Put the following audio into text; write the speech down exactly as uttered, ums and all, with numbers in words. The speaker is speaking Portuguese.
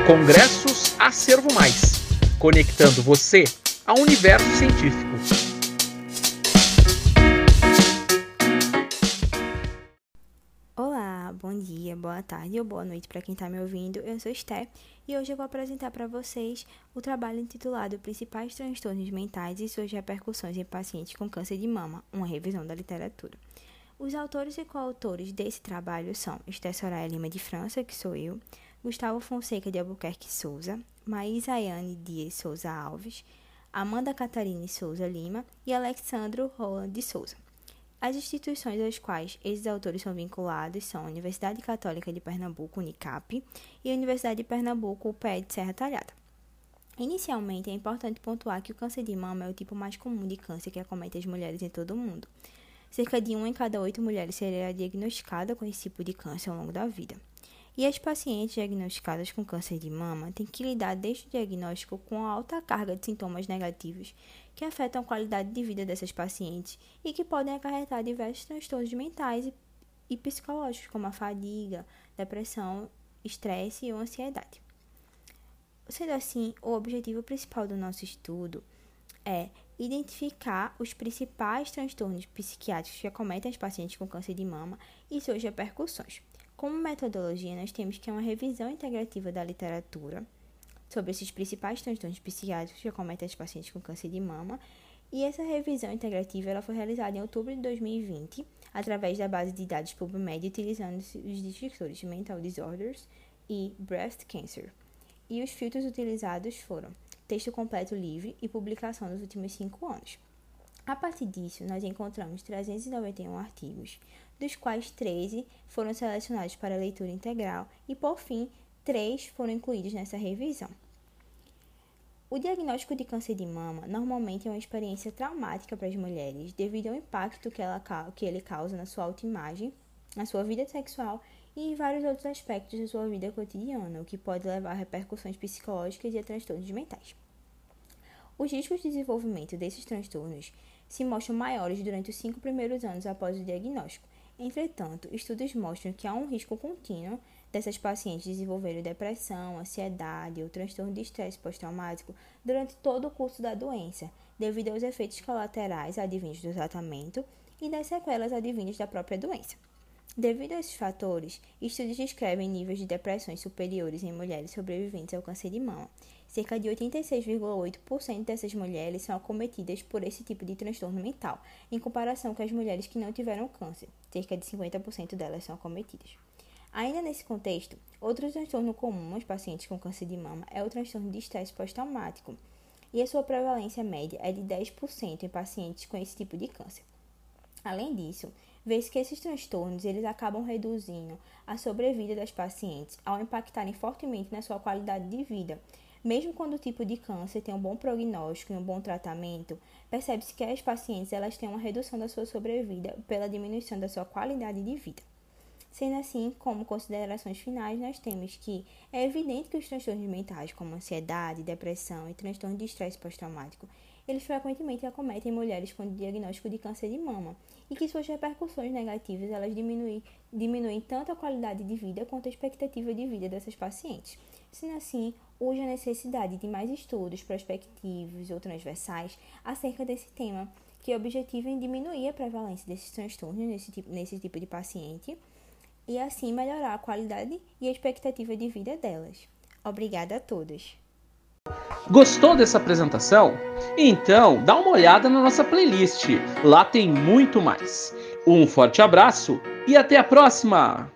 Congressos Acervo Mais, conectando você ao universo científico. Olá, bom dia, boa tarde ou boa noite para quem está me ouvindo. Eu sou Esté e hoje eu vou apresentar para vocês o trabalho intitulado Principais Transtornos Mentais e Suas Repercussões em Pacientes com Câncer de Mama, uma revisão da literatura. Os autores e coautores desse trabalho são Esté Soraya Lima de França, que sou eu, Gustavo Fonseca de Albuquerque Souza, Maísa Ayane Dias Souza Alves, Amanda Catarine Souza Lima e Alexandro Roland de Souza. As instituições às quais esses autores são vinculados são a Universidade Católica de Pernambuco, Unicap, e a Universidade de Pernambuco, U P E de Serra Talhada. Inicialmente, é importante pontuar que o câncer de mama é o tipo mais comum de câncer que acomete as mulheres em todo o mundo. Cerca de uma em cada oito mulheres será diagnosticada com esse tipo de câncer ao longo da vida. E as pacientes diagnosticadas com câncer de mama têm que lidar desde o diagnóstico com a alta carga de sintomas negativos que afetam a qualidade de vida dessas pacientes e que podem acarretar diversos transtornos mentais e, e psicológicos, como a fadiga, depressão, estresse ou ansiedade. Sendo assim, o objetivo principal do nosso estudo é identificar os principais transtornos psiquiátricos que acometem as pacientes com câncer de mama e suas repercussões. Como metodologia, nós temos que é uma revisão integrativa da literatura sobre esses principais transtornos psiquiátricos que acometem as pacientes com câncer de mama, e essa revisão integrativa ela foi realizada em outubro de dois mil e vinte, através da base de dados PubMed, utilizando os descriptores Mental Disorders e Breast Cancer. E os filtros utilizados foram texto completo livre e publicação nos últimos cinco anos. A partir disso, nós encontramos trezentos e noventa e um artigos, dos quais treze foram selecionados para leitura integral e, por fim, três foram incluídos nessa revisão. O diagnóstico de câncer de mama normalmente é uma experiência traumática para as mulheres, devido ao impacto que, ela, que ele causa na sua autoimagem, na sua vida sexual e em vários outros aspectos da sua vida cotidiana, o que pode levar a repercussões psicológicas e a transtornos mentais. Os riscos de desenvolvimento desses transtornos se mostram maiores durante os cinco primeiros anos após o diagnóstico. Entretanto, estudos mostram que há um risco contínuo dessas pacientes desenvolverem depressão, ansiedade ou transtorno de estresse pós-traumático durante todo o curso da doença, devido aos efeitos colaterais advindos do tratamento e das sequelas advindas da própria doença. Devido a esses fatores, estudos descrevem níveis de depressões superiores em mulheres sobreviventes ao câncer de mama. Cerca de oitenta e seis vírgula oito por cento dessas mulheres são acometidas por esse tipo de transtorno mental, em comparação com as mulheres que não tiveram câncer. Cerca de cinquenta por cento delas são acometidas. Ainda nesse contexto, outro transtorno comum aos pacientes com câncer de mama é o transtorno de estresse pós-traumático, e a sua prevalência média é de dez por cento em pacientes com esse tipo de câncer. Além disso, vê-se que esses transtornos eles acabam reduzindo a sobrevida das pacientes ao impactarem fortemente na sua qualidade de vida. Mesmo quando o tipo de câncer tem um bom prognóstico e um bom tratamento, percebe-se que as pacientes elas têm uma redução da sua sobrevida pela diminuição da sua qualidade de vida. Sendo assim, como considerações finais, nós temos que é evidente que os transtornos mentais, como ansiedade, depressão e transtorno de estresse pós-traumático, eles frequentemente acometem mulheres com diagnóstico de câncer de mama e que suas repercussões negativas elas diminuem, diminuem tanto a qualidade de vida quanto a expectativa de vida dessas pacientes. Sendo assim, urge a necessidade de mais estudos prospectivos ou transversais acerca desse tema, que objetivam diminuir a prevalência desses transtornos nesse tipo, nesse tipo de paciente e assim melhorar a qualidade e a expectativa de vida delas. Obrigada a todos! Gostou dessa apresentação? Então, dá uma olhada na nossa playlist. Lá tem muito mais. Um forte abraço e até a próxima!